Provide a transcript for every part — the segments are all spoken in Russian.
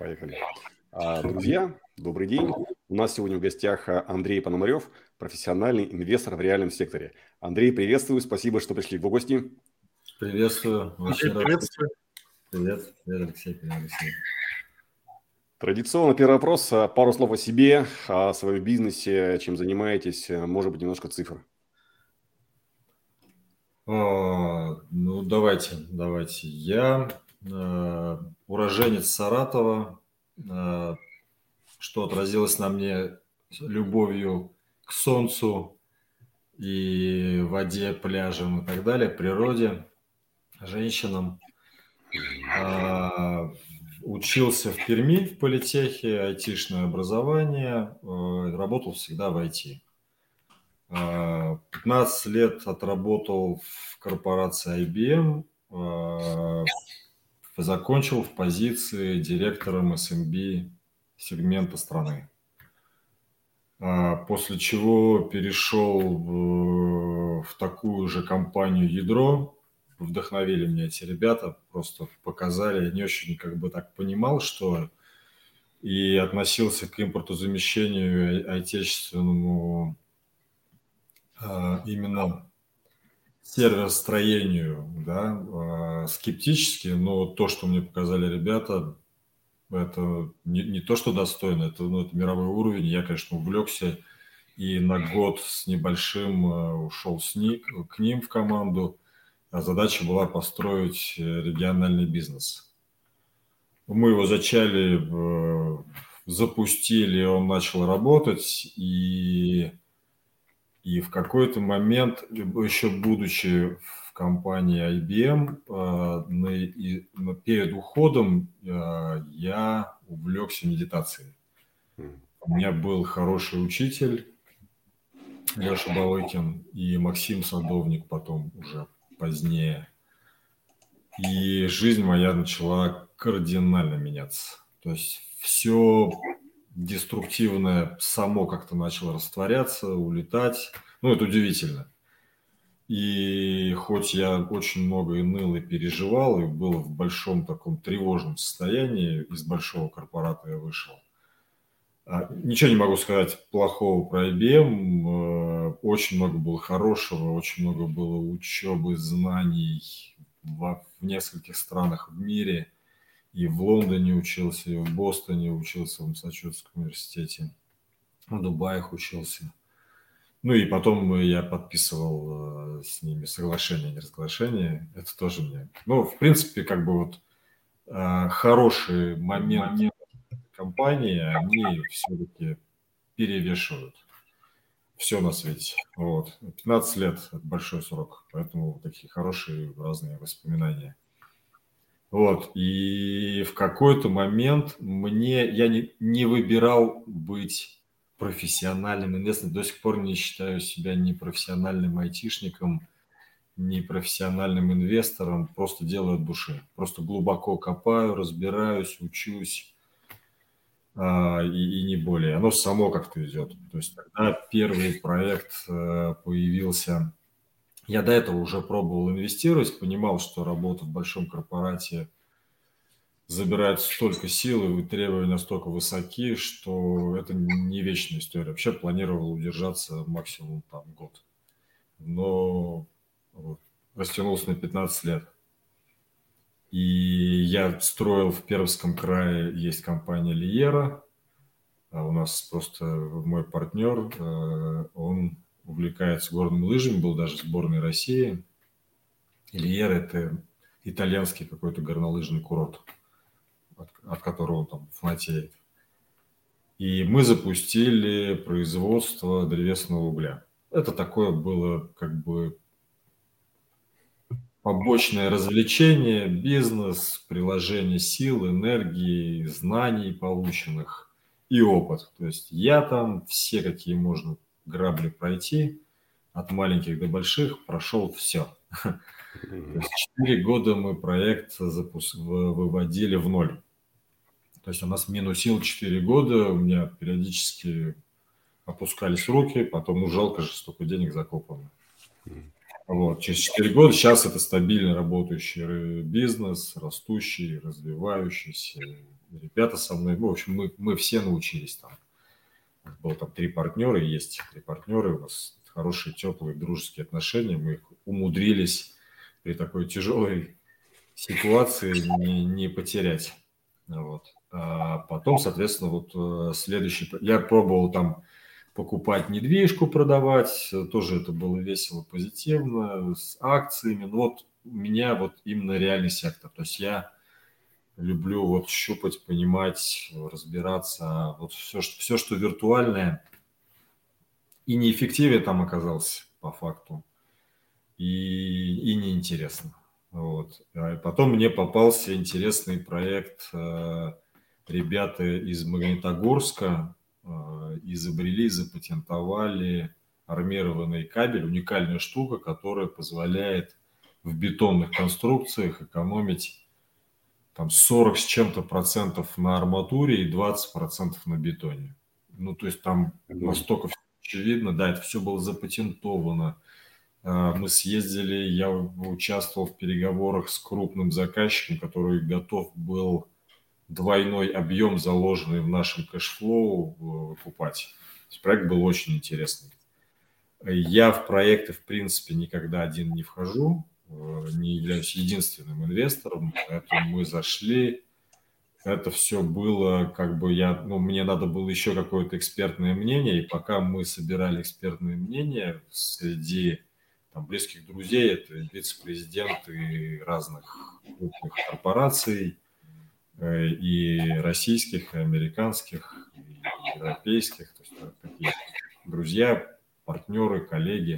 Поехали. Друзья, добрый день. У нас сегодня в гостях Андрей Пономарев, профессиональный инвестор в реальном секторе. Андрей, приветствую, спасибо, что пришли в гости. Приветствую. Андрей, приветствую. Привет, Алексей. Привет, Алексей. Традиционно первый вопрос. Пару слов о себе, о своем бизнесе, чем занимаетесь, может быть, немножко цифр. Давайте. Я уроженец Саратова, что отразилось на мне любовью к солнцу и воде, пляжам и так далее, природе, женщинам. Учился в Перми в политехе, айтишное образование, работал всегда в IT. 15 лет отработал в корпорации IBM, закончил в позиции директором SMB сегмента страны. После чего перешел в такую же компанию «Ядро». Вдохновили меня эти ребята, просто показали. Я не очень так понимал, что и относился к импортозамещению отечественному именно серверостроению, да, скептически, но то, что мне показали ребята, это не то, что достойно, это мировой уровень. Я, конечно, увлекся и на год с небольшим ушел к ним в команду. А задача была построить региональный бизнес. Мы его зачали, запустили, он начал работать, и в какой-то момент, еще будучи в компании IBM, перед уходом я увлекся медитацией. У меня был хороший учитель Леша Балыкин и Максим Садовник потом уже позднее. И жизнь моя начала кардинально меняться. То есть все деструктивное само как-то начало растворяться, улетать. Это удивительно. И хоть я очень много и ныл, и переживал, и был в большом таком тревожном состоянии, из большого корпората я вышел. Ничего не могу сказать плохого про IBM. Очень много было хорошего, очень много было учебы, знаний в нескольких странах в мире. И в Лондоне учился, и в Бостоне учился, в Массачусетском университете, в Дубае учился. И потом я подписывал с ними соглашение, не разглашение. Это тоже мне... в принципе, хорошие моменты компании, они все-таки перевешивают все на свете. 15 лет – это большой срок, поэтому такие хорошие разные воспоминания. И в какой-то момент я не выбирал быть профессиональным инвестором. До сих пор не считаю себя ни профессиональным айтишником, ни профессиональным инвестором. Просто делаю от души. Просто глубоко копаю, разбираюсь, учусь. И не более. Оно само как-то идет. То есть когда первый проект появился, я до этого уже пробовал инвестировать, понимал, что работа в большом корпорате забирает столько сил, и требования настолько высоки, что это не вечная история. Вообще планировал удержаться максимум год. Но растянулся на 15 лет. И я строил в Пермском крае, есть компания Лиера. У нас просто мой партнер, он увлекается горными лыжами, был даже в сборной России. Лиера – это итальянский какой-то горнолыжный курорт, от которого он там фанатеет. И мы запустили производство древесного угля. Это такое было побочное развлечение, бизнес, приложение сил, энергии, знаний полученных и опыт. То есть я там все, какие можно грабли пройти, от маленьких до больших, прошел все. То есть 4 года мы проект выводили в ноль. То есть у нас минусил 4 года, у меня периодически опускались руки, потом жалко же, столько денег закопано. Через 4 года сейчас это стабильно работающий бизнес, растущий, развивающийся ребята со мной, в общем, мы все научились там. Было там 3 партнера, есть 3 партнера, у нас хорошие, теплые, дружеские отношения, мы их умудрились при такой тяжелой ситуации не потерять. Вот. А потом, соответственно, вот следующий... Я пробовал там покупать недвижку, продавать, тоже это было весело, позитивно, с акциями. Но вот у меня вот именно реальный сектор. То есть я люблю вот щупать, понимать, разбираться. Вот все, что виртуальное, и неэффективнее там оказался по факту, и неинтересно. Вот. А потом мне попался интересный проект. Ребята из Магнитогорска изобрели, запатентовали армированный кабель, уникальная штука, которая позволяет в бетонных конструкциях экономить там 40 с чем-то процентов на арматуре и 20% на бетоне. Ну, то есть там настолько все очевидно, да, это все было запатентовано. Мы съездили, я участвовал в переговорах с крупным заказчиком, который готов был двойной объем, заложенный в нашем кэшфлоу, выкупать. То есть проект был очень интересный. Я в проекты, в принципе, никогда один не вхожу, не являюсь единственным инвестором, поэтому мы зашли. Это все было, как бы мне надо было еще какое-то экспертное мнение, и пока мы собирали экспертное мнение среди там, близких друзей, это вице-президенты разных крупных корпораций, и российских, и американских, и европейских, то есть такие друзья, партнеры, коллеги,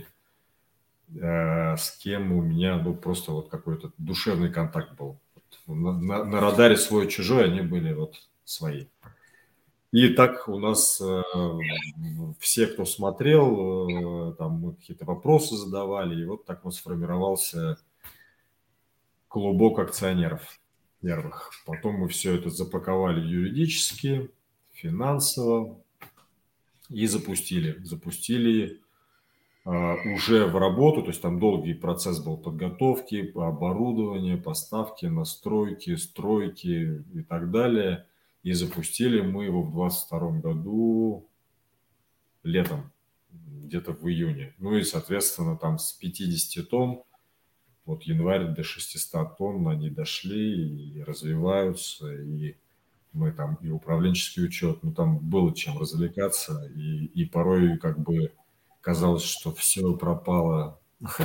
с кем у меня просто вот какой-то душевный контакт был. На радаре свой-чужой они были вот свои. И так у нас все, кто смотрел, там мы какие-то вопросы задавали, и вот так вот сформировался клубок акционеров первых. Потом мы все это запаковали юридически, финансово и запустили. Запустили уже в работу, то есть там долгий процесс был подготовки, оборудования, поставки, настройки, стройки и так далее. И запустили мы его в 2022 году летом, где-то в июне. Ну и, соответственно, там с 50 тонн, вот январь до 600 тонн они дошли и развиваются, и мы там и управленческий учет, ну там было чем развлекаться, и порой как бы казалось, что все пропало.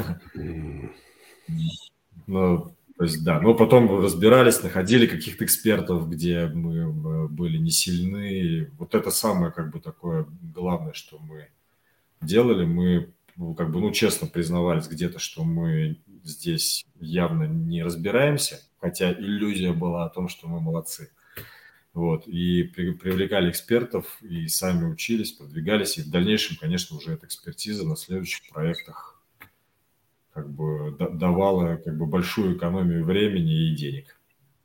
Ну, то есть, да, но потом разбирались, находили каких-то экспертов, где мы были не сильны. Вот это самое, как бы, такое главное, что мы делали. Мы, как бы, честно признавались где-то, что мы здесь явно не разбираемся, хотя иллюзия была о том, что мы молодцы. Вот, и привлекали экспертов, и сами учились, продвигались, и в дальнейшем, конечно, уже эта экспертиза на следующих проектах как бы давала как бы большую экономию времени и денег,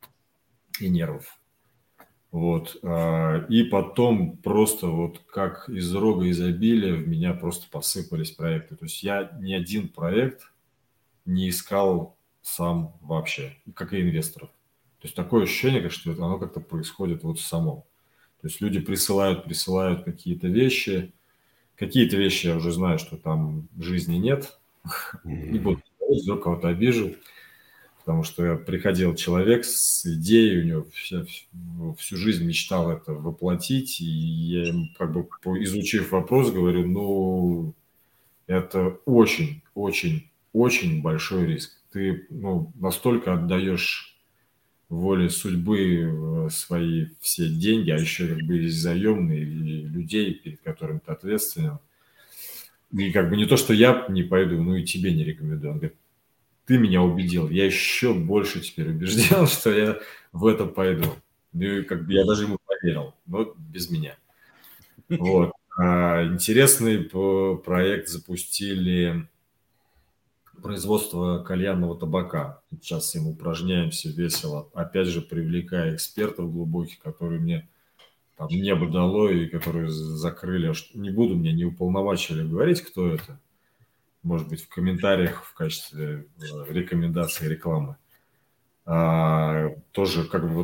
и нервов. Вот, и потом просто вот как из рога изобилия в меня просто посыпались проекты. То есть я ни один проект не искал сам вообще, как и инвесторов. То есть такое ощущение, что оно как-то происходит вот само. То есть люди присылают какие-то вещи. Какие-то вещи я уже знаю, что там жизни нет. Не буду говорить, вдруг кого-то обижу. Потому что приходил человек с идеей, у него всю жизнь мечтал это воплотить. И я ему, как бы, изучив вопрос, говорю, это очень, очень, очень большой риск. Ты настолько отдаешь воле судьбы свои все деньги, а еще как бы есть заемные и людей, перед которыми ты ответственен. И как бы не то, что я не пойду, но и тебе не рекомендую. Он говорит, ты меня убедил, я еще больше теперь убежден, что я в это пойду. Ну и как бы я даже ему поверил, но без меня. Вот. Интересный проект запустили, производство кальянного табака. Сейчас им упражняемся весело. Опять же, привлекая экспертов глубоких, которые мне там небо дало и которые закрыли. Не буду, меня не уполномочили говорить, кто это. Может быть, в комментариях в качестве рекомендации рекламы. Тоже как бы вот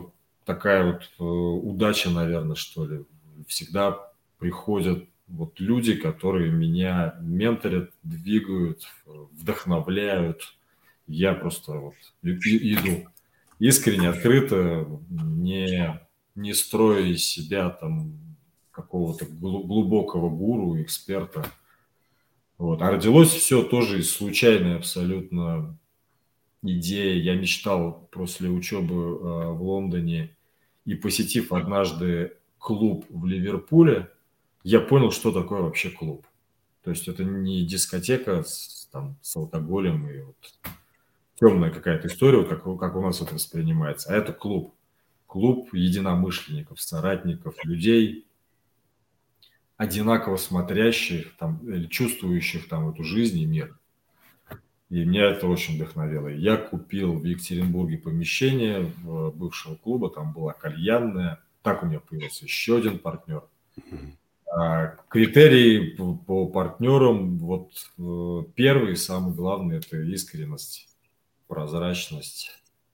такая вот удача, наверное, что ли. Всегда приходят вот люди, которые меня менторят, двигают, вдохновляют. Я просто вот иду искренне, открыто, не строя из себя там какого-то глубокого гуру, эксперта. Вот. А родилось все тоже из случайной абсолютно идеи. Я мечтал после учебы в Лондоне и посетив однажды клуб в Ливерпуле, я понял, что такое вообще клуб. То есть это не дискотека с алкоголем и вот темная какая-то история, вот как у нас это воспринимается, а это клуб. Клуб единомышленников, соратников, людей, одинаково смотрящих там, или чувствующих там эту жизнь и мир. И меня это очень вдохновило. Я купил в Екатеринбурге помещение бывшего клуба, там была кальянная. Так у меня появился еще один партнер. Критерии по партнерам, вот первый, самый главный, это искренность, прозрачность.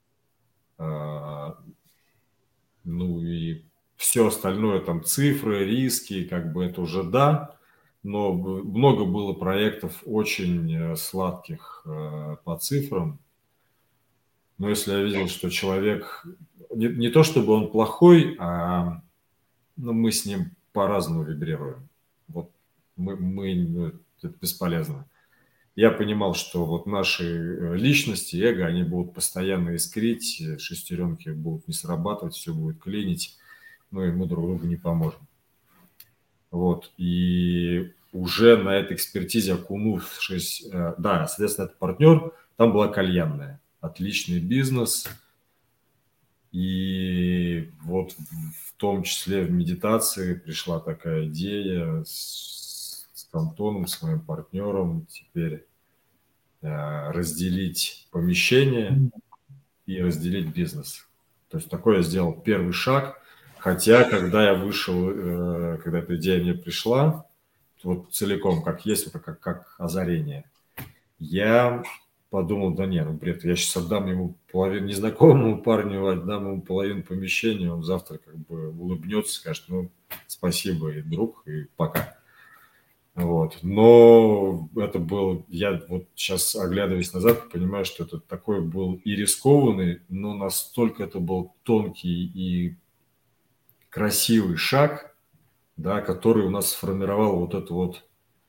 Ну и все остальное, там цифры, риски, как бы это уже да, но много было проектов очень сладких по цифрам. Но если я видел, что человек, не то чтобы он плохой, а мы с ним по-разному вибрируем. Вот ну, это бесполезно. Я понимал, что вот наши личности, эго, они будут постоянно искрить, шестеренки будут не срабатывать, все будет клинить, ну и мы друг другу не поможем. Вот, и уже на этой экспертизе окунувшись, да, соответственно, это партнер, там была кальянная, отличный бизнес, и вот в том числе в медитации пришла такая идея с Антоном, с моим партнером, теперь разделить помещение и разделить бизнес. То есть такой я сделал первый шаг. Хотя, когда я вышел, когда эта идея мне пришла, вот целиком, как есть, вот как озарение, я подумал, да нет, ну бред, я сейчас отдам ему половину, незнакомому парню отдам ему половину помещения, он завтра как бы улыбнется, скажет, ну, спасибо, и друг, и пока. Вот. Но это был, я вот сейчас, оглядываясь назад, понимаю, что это такой был и рискованный, но настолько это был тонкий и красивый шаг, да, который у нас сформировал вот это вот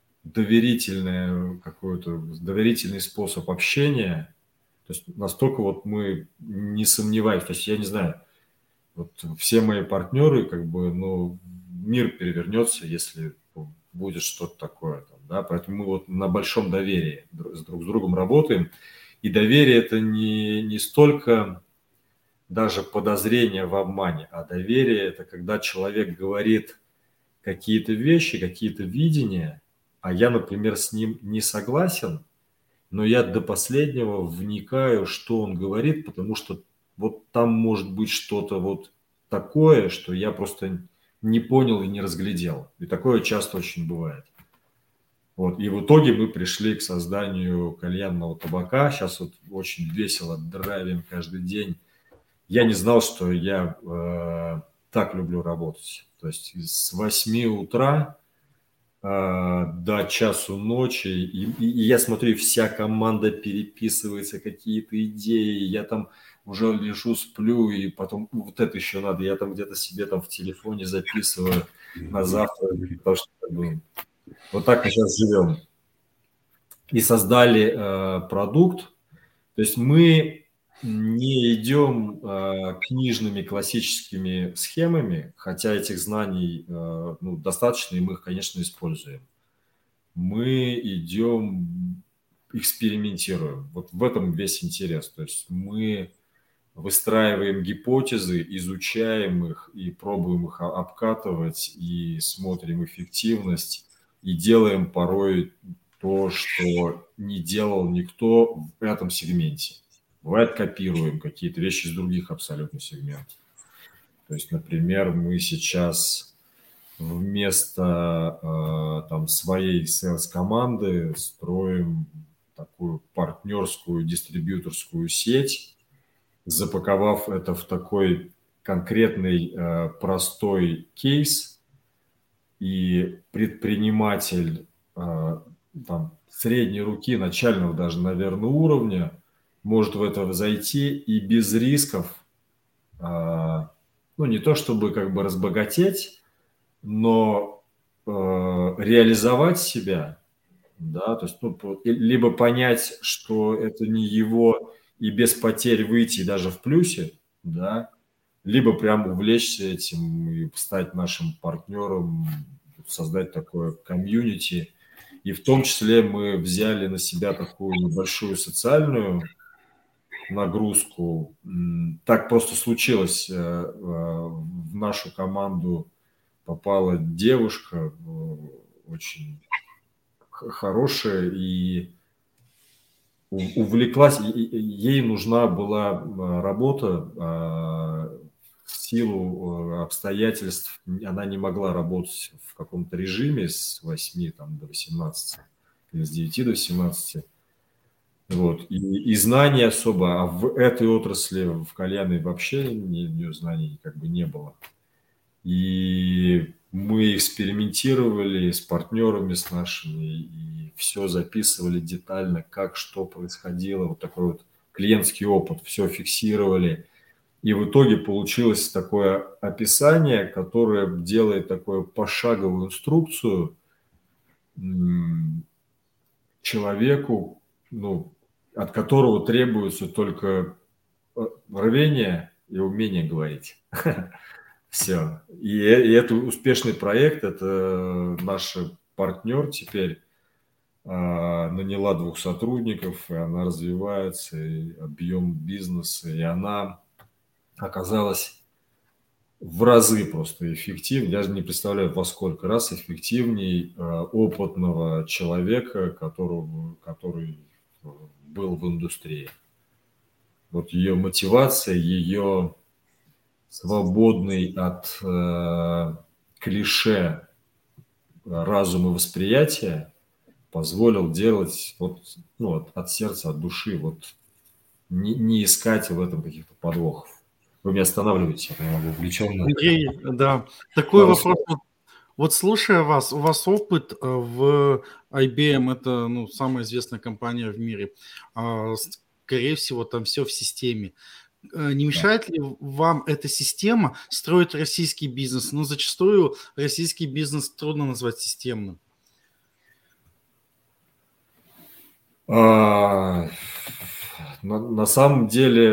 доверительный способ общения. То есть настолько вот мы не сомневаемся. То есть я не знаю, вот все мои партнеры, как бы, ну, мир перевернется, если будет что-то такое. Там, да? Поэтому мы вот на большом доверии друг с другом работаем. И доверие – это не столько даже подозрение в обмане, а доверие – это когда человек говорит какие-то вещи, какие-то видения, а я, например, с ним не согласен, но я до последнего вникаю, что он говорит, потому что вот там может быть что-то вот такое, что я просто не понял и не разглядел. И такое часто очень бывает. Вот. И в итоге мы пришли к созданию кальянного табака. Сейчас вот очень весело драйвим каждый день. Я не знал, что я так люблю работать. То есть с 8 утра до часу ночи, и я смотрю, вся команда переписывается, какие-то идеи, я там уже лежу, сплю, и потом вот это еще надо, я там где-то себе там в телефоне записываю на завтра, потому что вот так мы сейчас живем. И создали продукт, то есть мы не идем книжными классическими схемами, хотя этих знаний ну, достаточно, и мы их, конечно, используем. Мы идем, экспериментируем. Вот в этом весь интерес. То есть мы выстраиваем гипотезы, изучаем их и пробуем их обкатывать, и смотрим эффективность, и делаем порой то, что не делал никто в этом сегменте. Бывает, копируем какие-то вещи из других абсолютно сегментов. То есть, например, мы сейчас вместо там своей сейлс-команды строим такую партнерскую дистрибьюторскую сеть, запаковав это в такой конкретный простой кейс, и предприниматель там, средней руки, начального даже, наверное, уровня может в это зайти и без рисков, ну, не то чтобы как бы разбогатеть, но реализовать себя, да, то есть, ну, либо понять, что это не его, и без потерь выйти даже в плюсе, да, либо прям увлечься этим и стать нашим партнером, создать такое комьюнити. И в том числе мы взяли на себя такую небольшую социальную нагрузку. Так просто случилось. В нашу команду попала девушка очень хорошая и увлеклась. Ей нужна была работа. В силу обстоятельств она не могла работать в каком-то режиме с 8 там, до 18 или с 9 до 17. Вот. И знаний особо, а в этой отрасли, в кальянной вообще у нее знаний как бы не было. И мы экспериментировали с партнерами, с нашими, и все записывали детально, как, что происходило. Вот такой вот клиентский опыт, все фиксировали. И в итоге получилось такое описание, которое делает такую пошаговую инструкцию человеку, ну, от которого требуется только рвение и умение говорить. Все. И это успешный проект, это наш партнер теперь наняла 2 сотрудников, и она развивается, и объем бизнеса, и она оказалась в разы просто эффективнее, даже не представляю, во сколько раз эффективнее опытного человека, который был в индустрии. Вот ее мотивация, ее свободный от клише разум и восприятие позволил делать вот, ну, от сердца, от души, вот не искать в этом каких-то подвохов. Вы меня останавливаете, я могу увлеченно. Андрей, да, такой Пару вопрос. слов. Вот слушая вас, у вас опыт в IBM, это ну, самая известная компания в мире. Скорее всего, там все в системе. Не мешает ли вам эта система строить российский бизнес? Ну, зачастую российский бизнес трудно назвать системным. На самом деле,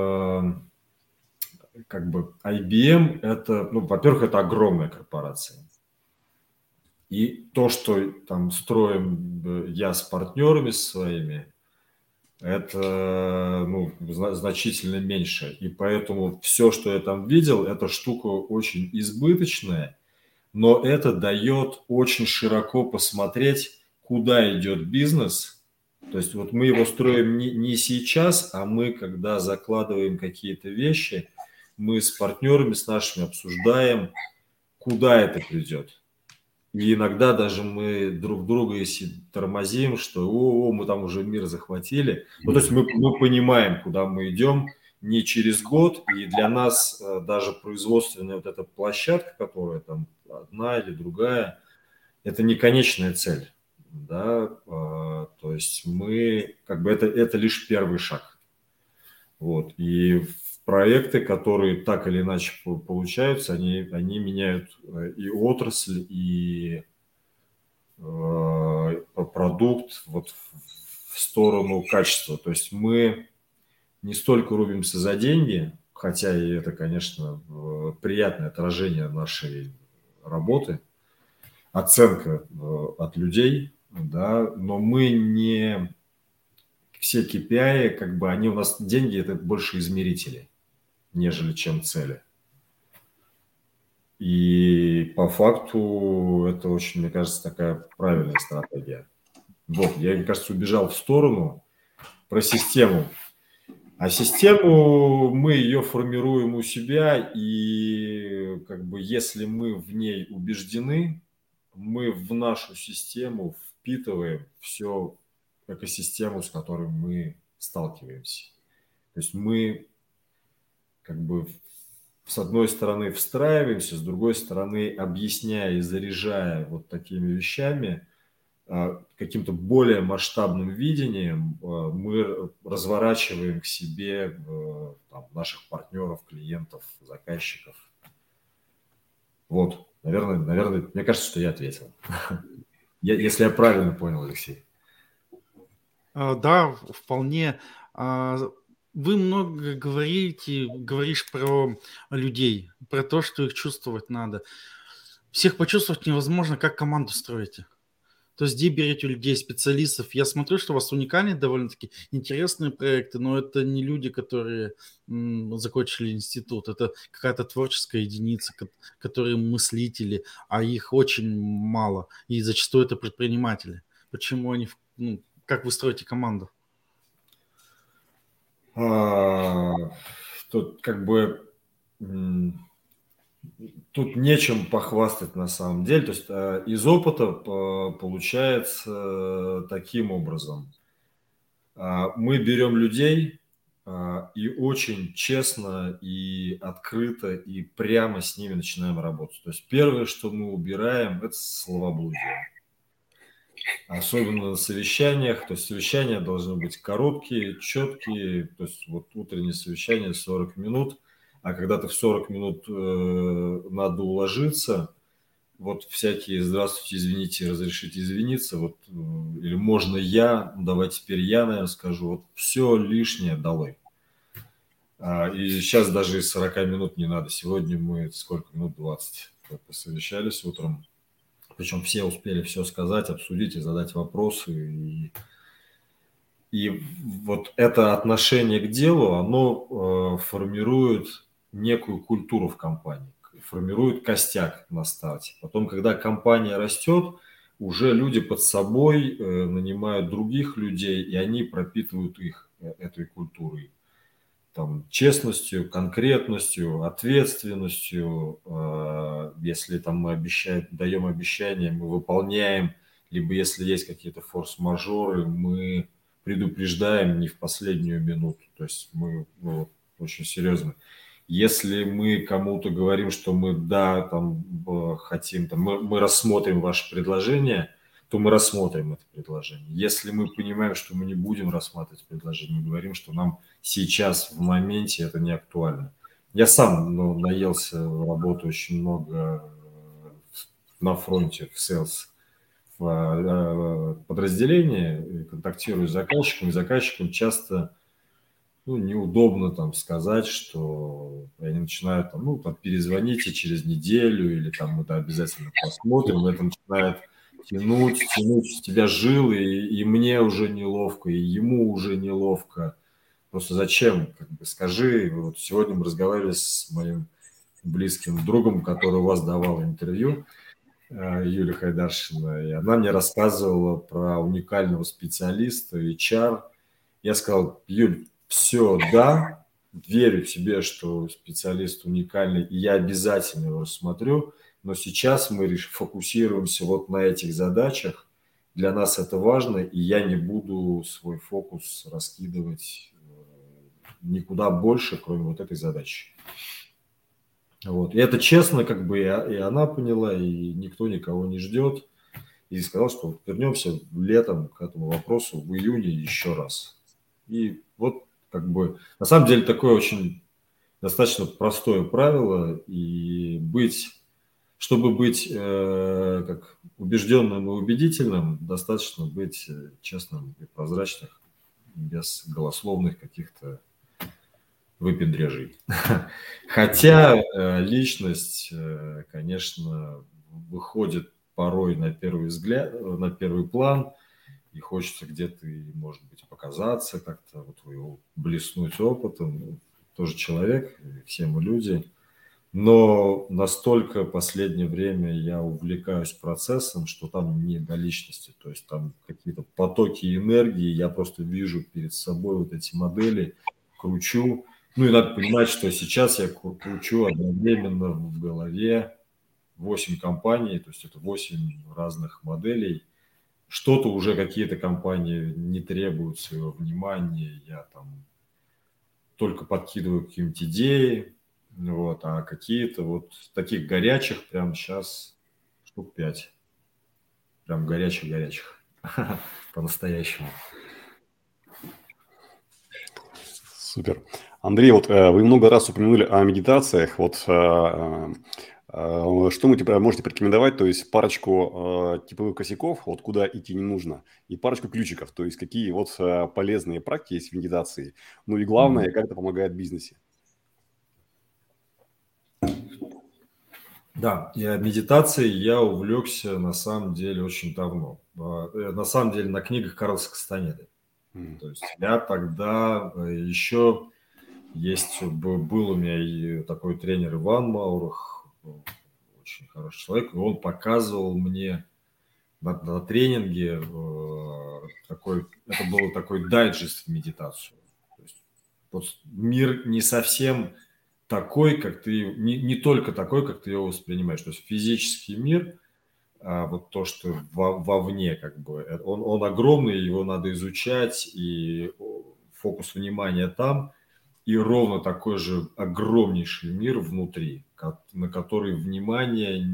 как бы IBM это, ну, во-первых, это огромная корпорация. И то, что там строим я с партнерами своими, это ну, значительно меньше. И поэтому все, что я там видел, эта штука очень избыточная, но это дает очень широко посмотреть, куда идет бизнес. То есть вот мы его строим не сейчас, а мы, когда закладываем какие-то вещи, мы с партнерами, с нашими обсуждаем, куда это придет. И иногда даже мы друг друга если тормозим, что мы там уже мир захватили. Ну, то есть мы понимаем, куда мы идем не через год, и для нас даже производственная вот эта площадка, которая там одна или другая, это не конечная цель. Да? То есть мы, как бы это лишь первый шаг. Вот. И проекты, которые так или иначе получаются, они меняют и отрасль, и продукт вот в сторону качества. То есть мы не столько рубимся за деньги, хотя и это, конечно, приятное отражение нашей работы, оценка от людей, да, но мы не все KPI, как бы они у нас, деньги это больше измерители, нежели чем цели. И по факту это очень, мне кажется, такая правильная стратегия. Вот, я, мне кажется, убежал в сторону про систему. А систему мы ее формируем у себя, и как бы если мы в ней убеждены, мы в нашу систему впитываем всю экосистему, с которой мы сталкиваемся. То есть мы как бы с одной стороны встраиваемся, с другой стороны объясняя и заряжая вот такими вещами, каким-то более масштабным видением, мы разворачиваем к себе там, наших партнеров, клиентов, заказчиков. Вот, наверное, мне кажется, что я ответил. Если я правильно понял, Алексей. Да, вполне. Вы много говоришь про людей, про то, что их чувствовать надо. Всех почувствовать невозможно, как команду строите. То есть где берете людей, специалистов? Я смотрю, что у вас уникальные, довольно-таки интересные проекты, но это не люди, которые закончили институт. Это какая-то творческая единица, которые мыслители, а их очень мало. И зачастую это предприниматели. Почему они, как вы строите команду? Тут как бы тут нечем похвастать на самом деле. То есть из опыта получается таким образом. Мы берем людей и очень честно и открыто и прямо с ними начинаем работать. То есть первое, что мы убираем, это словоблудие. Особенно на совещаниях. То есть совещания должны быть короткие, четкие. То есть вот утреннее совещание 40 минут. А когда ты в 40 минут надо уложиться, вот всякие «здравствуйте, извините, разрешите извиниться», вот, или «можно я», давайте теперь я, наверное, скажу, вот все лишнее долой. И сейчас даже из 40 минут не надо. Сегодня мы сколько минут? 20 посовещались утром. Причем все успели все сказать, обсудить и задать вопросы. И вот это отношение к делу, оно формирует некую культуру в компании, формирует костяк на старте. Потом, когда компания растет, уже люди под собой нанимают других людей, и они пропитывают их этой культурой. Там, честностью, конкретностью, ответственностью. Если там мы даем обещания, мы выполняем, либо если есть какие-то форс-мажоры, мы предупреждаем не в последнюю минуту. То есть мы очень серьезно. Если мы кому-то говорим, что мы хотим, мы рассмотрим ваше предложение, то мы рассмотрим это предложение. Если мы понимаем, что мы не будем рассматривать предложение, мы говорим, что нам сейчас в моменте это не актуально. Я сам наелся работы очень много на фронте, в sales, в подразделении, контактирую с заказчиком, и заказчикам часто неудобно там сказать, что они начинают перезвоните через неделю, или там мы обязательно посмотрим, это начинает тянуть с тебя жилы, и мне уже неловко, и ему уже неловко. Просто зачем? Скажи, вот сегодня мы разговаривали с моим близким другом, который у вас давал интервью, Юлия Хайдаршина, и она мне рассказывала про уникального специалиста, HR. Я сказал: Юль, все, да, верю тебе, что специалист уникальный, и я обязательно его рассмотрю, но сейчас мы фокусируемся вот на этих задачах. Для нас это важно, и я не буду свой фокус раскидывать никуда больше, кроме вот этой задачи. Вот. И это честно, и она поняла, и никто никого не ждет. И сказал, что вернемся летом к этому вопросу в июне еще раз. И вот на самом деле такое очень достаточно простое правило, и чтобы быть убежденным и убедительным, достаточно быть честным и прозрачным, без голословных каких-то выпендрежей. Хотя личность, конечно, выходит порой на первый взгляд, на первый план, и хочется где-то, может быть, показаться, как-то блеснуть опытом. Тоже человек, все мы люди. Но настолько в последнее время я увлекаюсь процессом, что там не до личности. То есть там какие-то потоки энергии, я просто вижу перед собой вот эти модели, кручу. И надо понимать, что сейчас я кручу одновременно в голове 8 компаний, то есть это 8 разных моделей. Что-то уже какие-то компании не требуют своего внимания, я там только подкидываю какие-нибудь идеи, Вот, а какие-то вот таких горячих прям сейчас штук 5. Прям горячих-горячих. По-настоящему. Супер. Андрей, вот вы много раз упомянули о медитациях. Вот что вы можете порекомендовать, то есть парочку типовых косяков, вот куда идти не нужно, и парочку ключиков, то есть какие вот полезные практики есть в медитации. Ну и главное, как это помогает в бизнесе. Да, и медитацией я увлекся на самом деле очень давно. На самом деле на книгах Карлса Кастанеды. То есть я тогда еще был у меня и такой тренер Иван Маурах, очень хороший человек, и он показывал мне на тренинге это был такой дайджест в медитацию. То есть вот мир не совсем такой, как ты, не только такой, как ты его воспринимаешь. То есть физический мир, вот то, что вовне, как бы, он огромный, его надо изучать, и фокус внимания там, и ровно такой же огромнейший мир внутри, на который внимание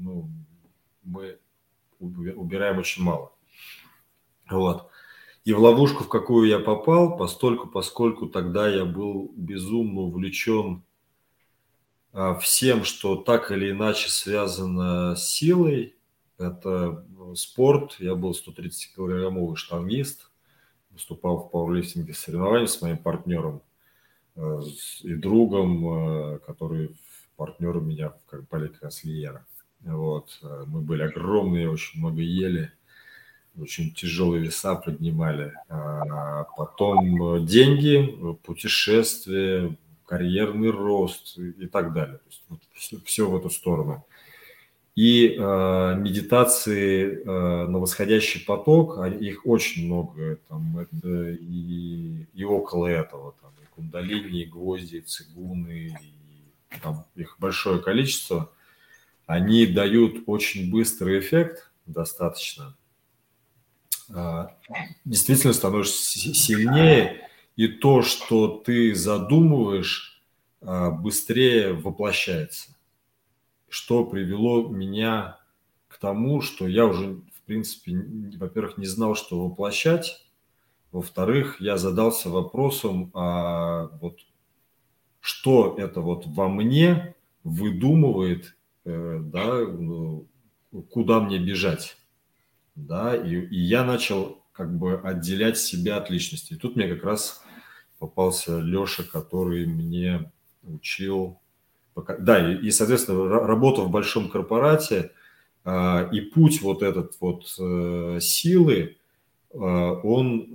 мы убираем очень мало. Вот. И в ловушку, в какую я попал, поскольку тогда я был безумно увлечен всем, что так или иначе связано с силой. Это спорт. Я был 130-килограммовый штангист. Выступал в пауэрлифтинге соревнований с моим партнером и другом, который партнер у меня как Полик Аслиера. Вот. Мы были огромные, очень много ели. Очень тяжелые веса поднимали. Потом деньги, путешествия, карьерный рост и так далее. То есть вот все в эту сторону. И медитации на восходящий поток, их очень много. Там это и около этого. Там, и кундалини, и гвозди, и цигуны, и там их большое количество. Они дают очень быстрый эффект, достаточно. Действительно становишься сильнее, и то, что ты задумываешь, быстрее воплощается. Что привело меня к тому, что я уже, в принципе, во-первых, не знал, что воплощать, во-вторых, я задался вопросом, вот что это вот во мне выдумывает, да, куда мне бежать. Да, и я начал как бы отделять себя от личности. И тут мне как раз попался Леша, который мне учил. Да, и соответственно, работа в большом корпорате и путь вот этот вот силы, он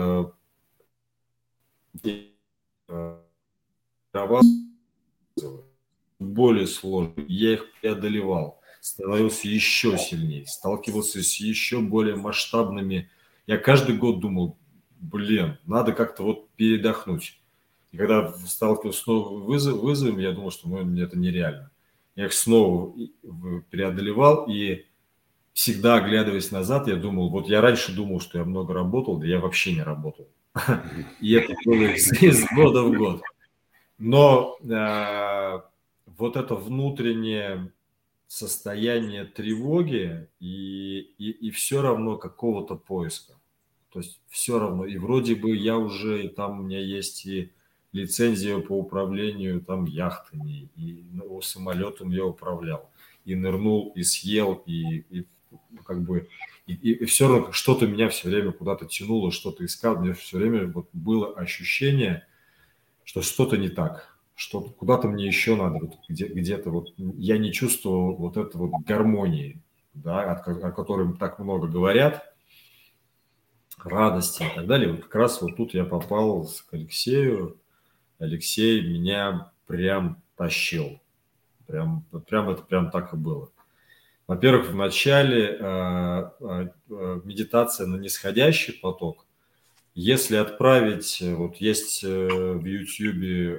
более сложный. Я их преодолевал, становился еще сильнее, сталкивался с еще более масштабными. Я каждый год думал, надо как-то вот передохнуть. И когда сталкивался с новыми вызовами, я думал, что это нереально. Я их снова преодолевал, и всегда, оглядываясь назад, я думал, вот я раньше думал, что я много работал, да я вообще не работал. И это было из года в год. Но вот это внутреннее состояние тревоги и все равно какого-то поиска. То есть все равно. И вроде бы я уже, и там у меня есть и лицензия по управлению там яхтами, и самолетом я управлял, и нырнул, и съел, и как бы... И все равно что-то меня все время куда-то тянуло, что-то искал. У меня все время вот было ощущение, что что-то не так, что куда-то мне еще надо, вот где-то вот я не чувствовал вот этой вот гармонии, да, о которой так много говорят, радости и так далее. Вот как раз вот тут я попал к Алексею. Алексей меня прям тащил. Прям это прям так и было. Во-первых, в начале медитация на нисходящий поток. Если отправить, вот есть в Ютьюбе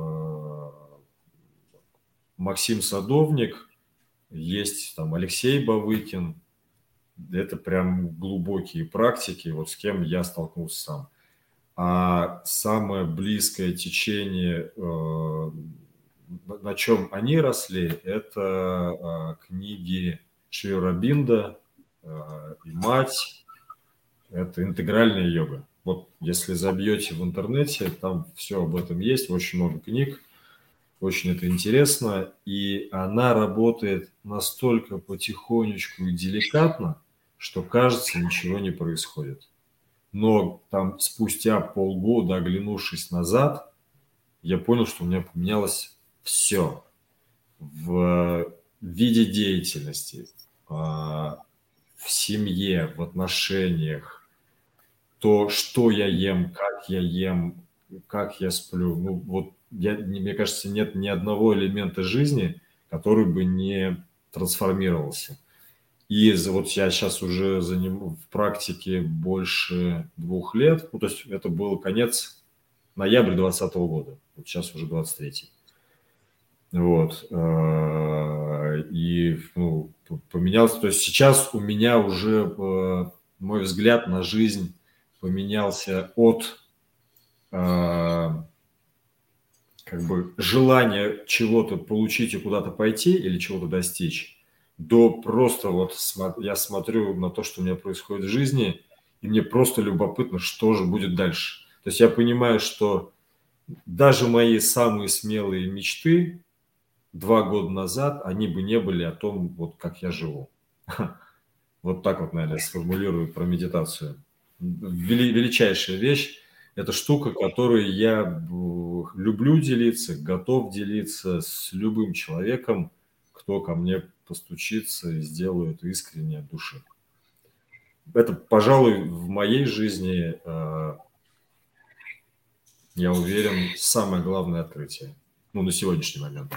Максим Садовник, есть там Алексей Бавыкин, это прям глубокие практики, вот с кем я столкнулся сам. А самое близкое течение на чем они росли, это книги Шри Ауробинда и «Мать». Это интегральная йога. Вот если забьете в интернете, там все об этом есть, очень много книг, очень это интересно. И она работает настолько потихонечку и деликатно, что кажется, ничего не происходит. Но там спустя полгода, оглянувшись назад, я понял, что у меня поменялось все в виде деятельности, в семье, в отношениях, то, что я ем, как я сплю. Ну, вот мне кажется, нет ни одного элемента жизни, который бы не трансформировался. И вот я сейчас уже в практике больше 2 лет, ну, то есть это был конец ноября 2020 года, вот сейчас уже 23-й. Вот. И поменялся, то есть сейчас у меня уже мой взгляд на жизнь поменялся от как бы желания чего-то получить и куда-то пойти или чего-то достичь, до просто вот я смотрю на то, что у меня происходит в жизни, и мне просто любопытно, что же будет дальше. То есть я понимаю, что даже мои самые смелые мечты 2 года назад, они бы не были о том, вот как я живу. Вот так вот, наверное, сформулирую про медитацию. Величайшая вещь – это штука, которой я люблю делиться, готов делиться с любым человеком, кто ко мне постучится и сделает это искренне от души. Это, пожалуй, в моей жизни, я уверен, самое главное открытие. Ну, на сегодняшний момент.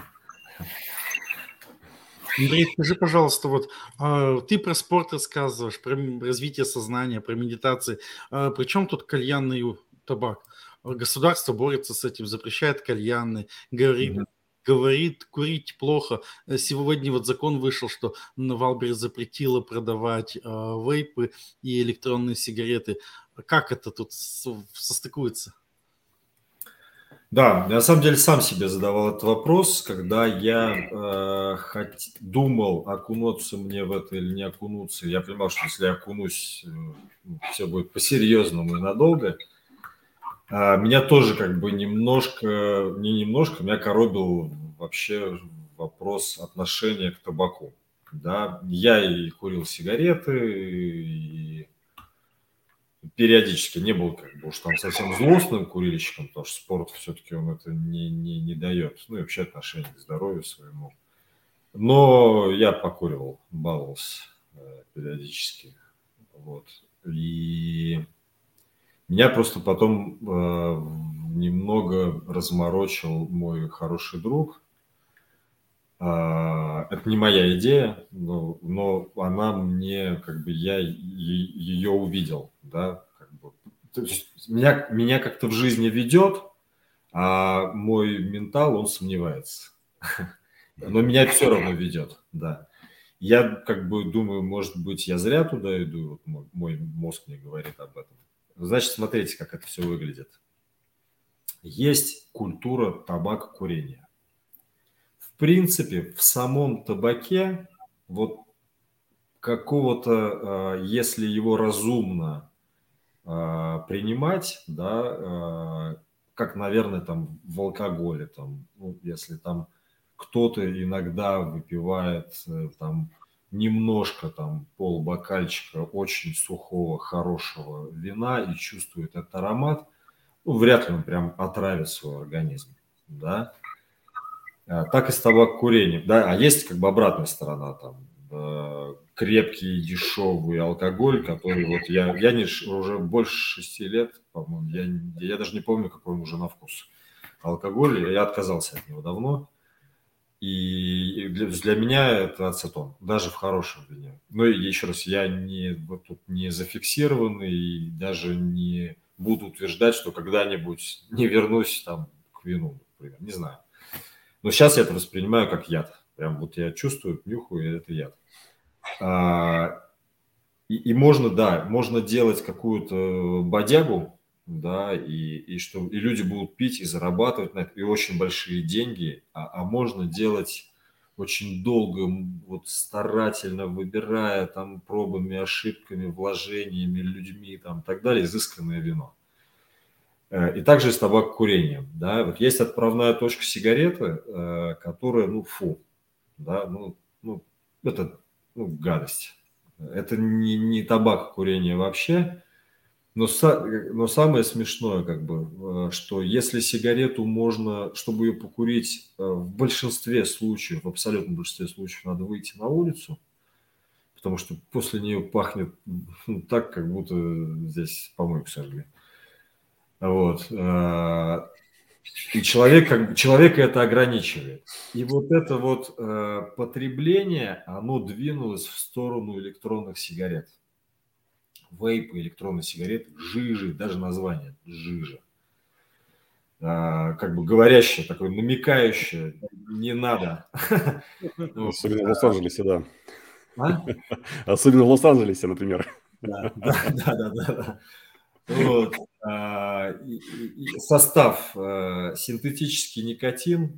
Андрей, скажи, пожалуйста, вот ты про спорт рассказываешь, про развитие сознания, про медитации. При чем тут кальянный табак? Государство борется с этим, запрещает кальяны, говорит, курить плохо. Сегодня вот закон вышел, что Валберес запретила продавать вейпы и электронные сигареты. Как это тут состыкуется? Да, я на самом деле сам себе задавал этот вопрос, когда я думал, окунуться мне в это или не окунуться. Я понимал, что если я окунусь, все будет по-серьезному и надолго. Меня тоже как бы меня коробил вообще вопрос отношения к табаку. Да, я и курил сигареты, и периодически не был как бы уж там совсем злостным курильщиком, потому что спорт все-таки он это не дает, ну и вообще отношение к здоровью своему. Но я покуривал, баловался периодически. Вот. И меня просто потом немного разморочил мой хороший друг. Это не моя идея, но она мне, как бы, я ее увидел, да, как бы. То есть меня как-то в жизни ведет, а мой ментал, он сомневается. Но меня все равно ведет, да. Я как бы думаю, может быть, я зря туда иду, вот мой мозг мне говорит об этом. Значит, смотрите, как это все выглядит. Есть культура табакокурения. В принципе, в самом табаке вот какого-то, если его разумно принимать, да, как, наверное, там в алкоголе, там, ну, если там кто-то иногда выпивает там немножко, там, полбокальчика очень сухого, хорошего вина и чувствует этот аромат, ну, вряд ли он прям отравит свой организм, да. Так и с табакокурением, да, а есть как бы обратная сторона, там, крепкий, дешевый алкоголь, который вот я уже больше 6 лет, по-моему, я даже не помню, какой он уже на вкус алкоголь, я отказался от него давно, и для меня это ацетон, даже в хорошем вине. Но еще раз, я вот тут не зафиксированный и даже не буду утверждать, что когда-нибудь не вернусь там к вину, например, не знаю. Но сейчас я это воспринимаю как яд. Прям вот я чувствую, нюхаю, и это яд. И можно, да, можно делать какую-то бодягу, да, и люди будут пить и зарабатывать на это, и очень большие деньги, а можно делать очень долго, вот старательно выбирая там пробами, ошибками, вложениями, людьми там и так далее, изысканное вино. И также с табакокурением, да, вот есть отправная точка сигареты, которая, да, это, гадость. Это не табакокурение вообще, но самое смешное, что если сигарету можно, чтобы ее покурить, в большинстве случаев, в абсолютном большинстве случаев надо выйти на улицу, потому что после нее пахнет так, как будто здесь помойку сожгли. Вот. И человека это ограничивает. И вот это вот потребление, оно двинулось в сторону электронных сигарет. Вейпы, электронные сигареты, жижи, даже название жижа. Говорящее, такое намекающее, не надо. Особенно в Лос-Анджелесе, да. А? Особенно в Лос-Анджелесе, например. Да. Вот. Состав: синтетический никотин,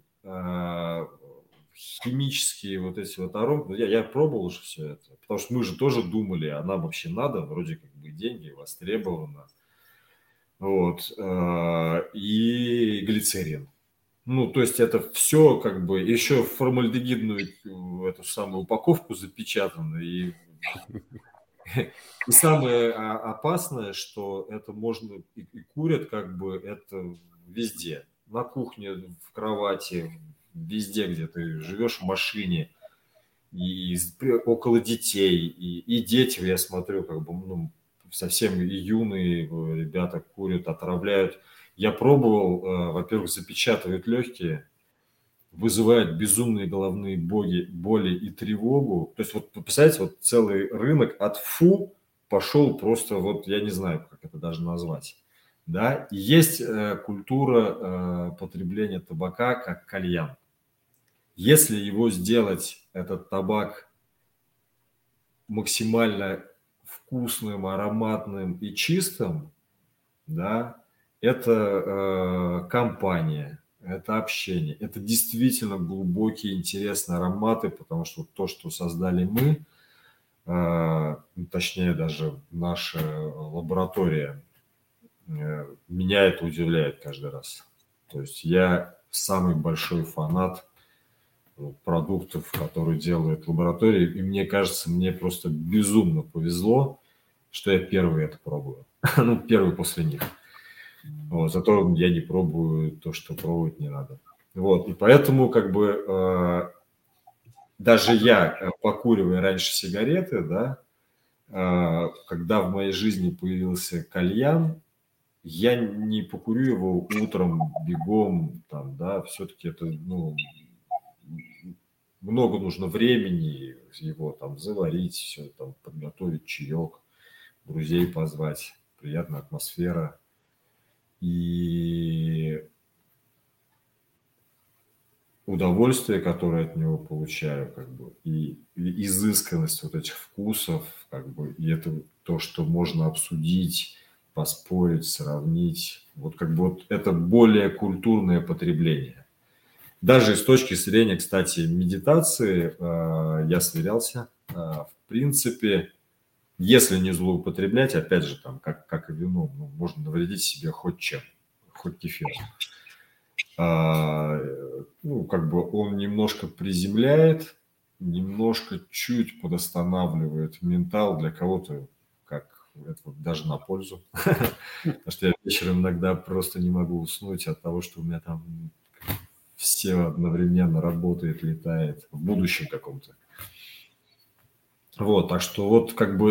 химические вот эти вот ароматы. Я пробовал уже все это, потому что мы же тоже думали, а нам вообще надо, вроде как бы деньги, востребовано. Вот. И глицерин. То есть это все еще в формальдегидную эту самую упаковку запечатано. И самое опасное, что это можно и курят это везде. На кухне, в кровати, везде, где ты живешь, в машине, и около детей. И дети, я смотрю, совсем юные ребята курят, отравляют. Я пробовал, во-первых, запечатывают легкие, вызывают безумные головные боли и тревогу. То есть, вот представляете, вот целый рынок от пошел просто, я не знаю, как это даже назвать. Да? И есть культура потребления табака как кальян. Если его сделать, этот табак, максимально вкусным, ароматным и чистым, да, это компания, это общение, это действительно глубокие, интересные ароматы, потому что то, что создали мы, точнее даже наша лаборатория, меня это удивляет каждый раз. То есть я самый большой фанат продуктов, которые делают лаборатории, и мне кажется, мне просто безумно повезло, что я первый это пробую. Первый после них. Зато я не пробую то, что пробовать не надо. И поэтому даже я, покуривая раньше сигареты, да, когда в моей жизни появился кальян, я не покурю его утром бегом, все-таки это, много нужно времени его заварить, все подготовить, чаек, друзей позвать, приятная атмосфера. И удовольствие, которое от него получаю, и изысканность вот этих вкусов, и это то, что можно обсудить, поспорить, сравнить. Это более культурное потребление. Даже с точки зрения, кстати, медитации, я сверялся, в принципе, если не злоупотреблять, опять же, как и вино, можно навредить себе хоть чем, хоть кефиром. Он немножко приземляет, немножко чуть подостанавливает ментал, для кого-то это даже на пользу. Потому что я вечером иногда просто не могу уснуть от того, что у меня там все одновременно работает, летает в будущем каком-то. Так что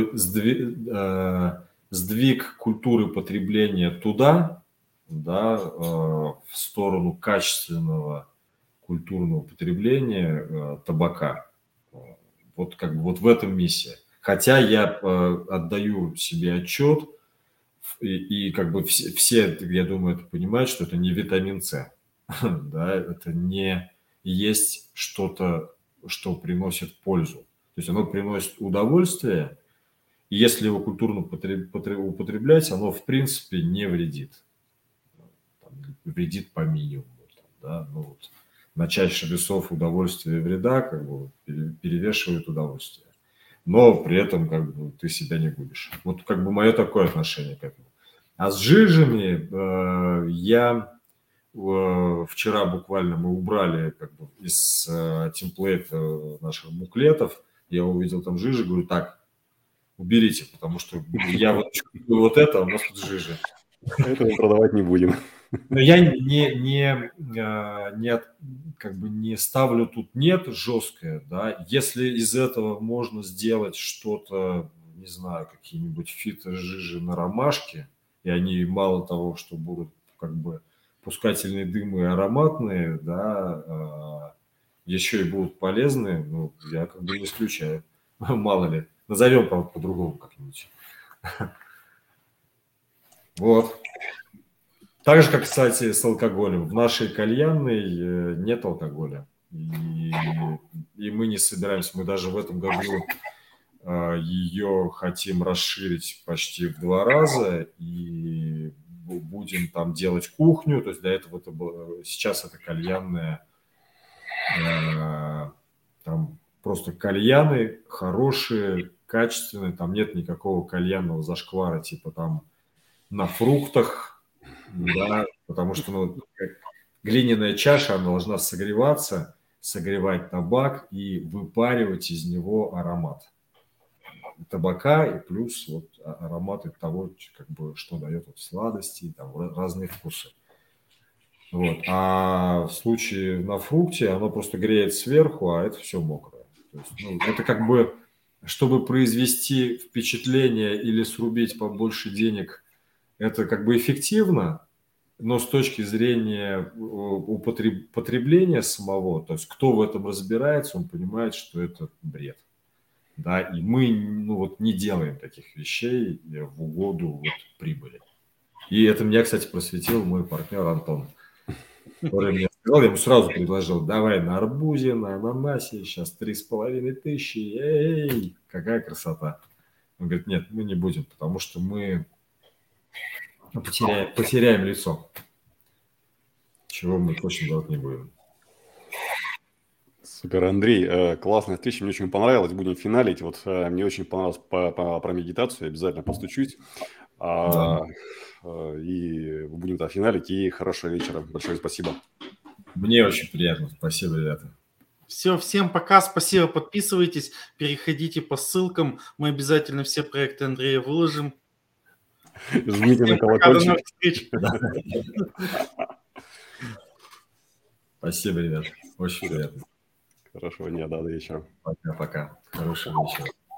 сдвиг культуры потребления туда, да, в сторону качественного культурного потребления табака. В этом миссия. Хотя я отдаю себе отчет, и все, я думаю, это понимают, что это не витамин С. Да, это не есть что-то, что приносит пользу. То есть оно приносит удовольствие, И если его культурно употреблять, оно в принципе не вредит. Там, вредит по минимуму. Да? Ну, вот, на чаще весов удовольствия и вреда как бы перевешивает удовольствие. Но при этом как бы ты себя не губишь. Вот как бы мое такое отношение к этому. А с жижами вчера буквально мы убрали как бы из темплейта наших буклетов. Я увидел там жижи, говорю, так, уберите, потому что я вот чувствую вот это, у нас тут жижа. Это мы продавать не будем. Но я как бы не ставлю тут нет жесткое, да. Если из этого можно сделать что-то, не знаю, какие-нибудь фито-жижи на ромашке, и они мало того, что будут как бы пускательные дымы и ароматные, да, еще и будут полезные, ну, я как бы не исключаю. Мало ли. Назовем, правда, по-другому как-нибудь. Вот. Так же, как, кстати, с алкоголем. В нашей кальянной нет алкоголя. И мы не собираемся. Мы даже в этом году ее хотим расширить почти в 2 раза. И будем там делать кухню. То есть для этого это было... Сейчас это кальянная. Там просто кальяны хорошие, качественные. Там нет никакого кальянного зашквара, типа там на фруктах. Да, потому что ну, глиняная чаша, она должна согреваться, согревать табак и выпаривать из него аромат табака и плюс вот ароматы того, как бы, что дает вот сладости, там, разные вкусы. Вот. А в случае на фрукте оно просто греет сверху, а это все мокрое. То есть, ну, это как бы, чтобы произвести впечатление или срубить побольше денег, это как бы эффективно, но с точки зрения потребления самого, то есть кто в этом разбирается, он понимает, что это бред. Да, и мы ну, вот, не делаем таких вещей в угоду вот, прибыли. И это меня, кстати, просветил мой партнер Антон, который мне сказал, я ему сразу предложил, давай на арбузе, на ананасе, сейчас 3500, эй, какая красота. Он говорит, нет, мы не будем, потому что мы потеряем лицо, чего мы точно делать не будем. Супер, Андрей, классная встреча, мне очень понравилось, будем финалить. Вот мне очень понравилось про медитацию, обязательно постучусь. Да. И будем тогда финалить, и хорошего вечера. Большое спасибо. Мне очень приятно, спасибо, ребята. Все, всем пока, спасибо, подписывайтесь, переходите по ссылкам, мы обязательно все проекты Андрея выложим. Жмите на колокольчик. До новых встреч. Спасибо, ребят, очень приятно. Хорошего дня, до вечера. Пока-пока, хорошего вечера.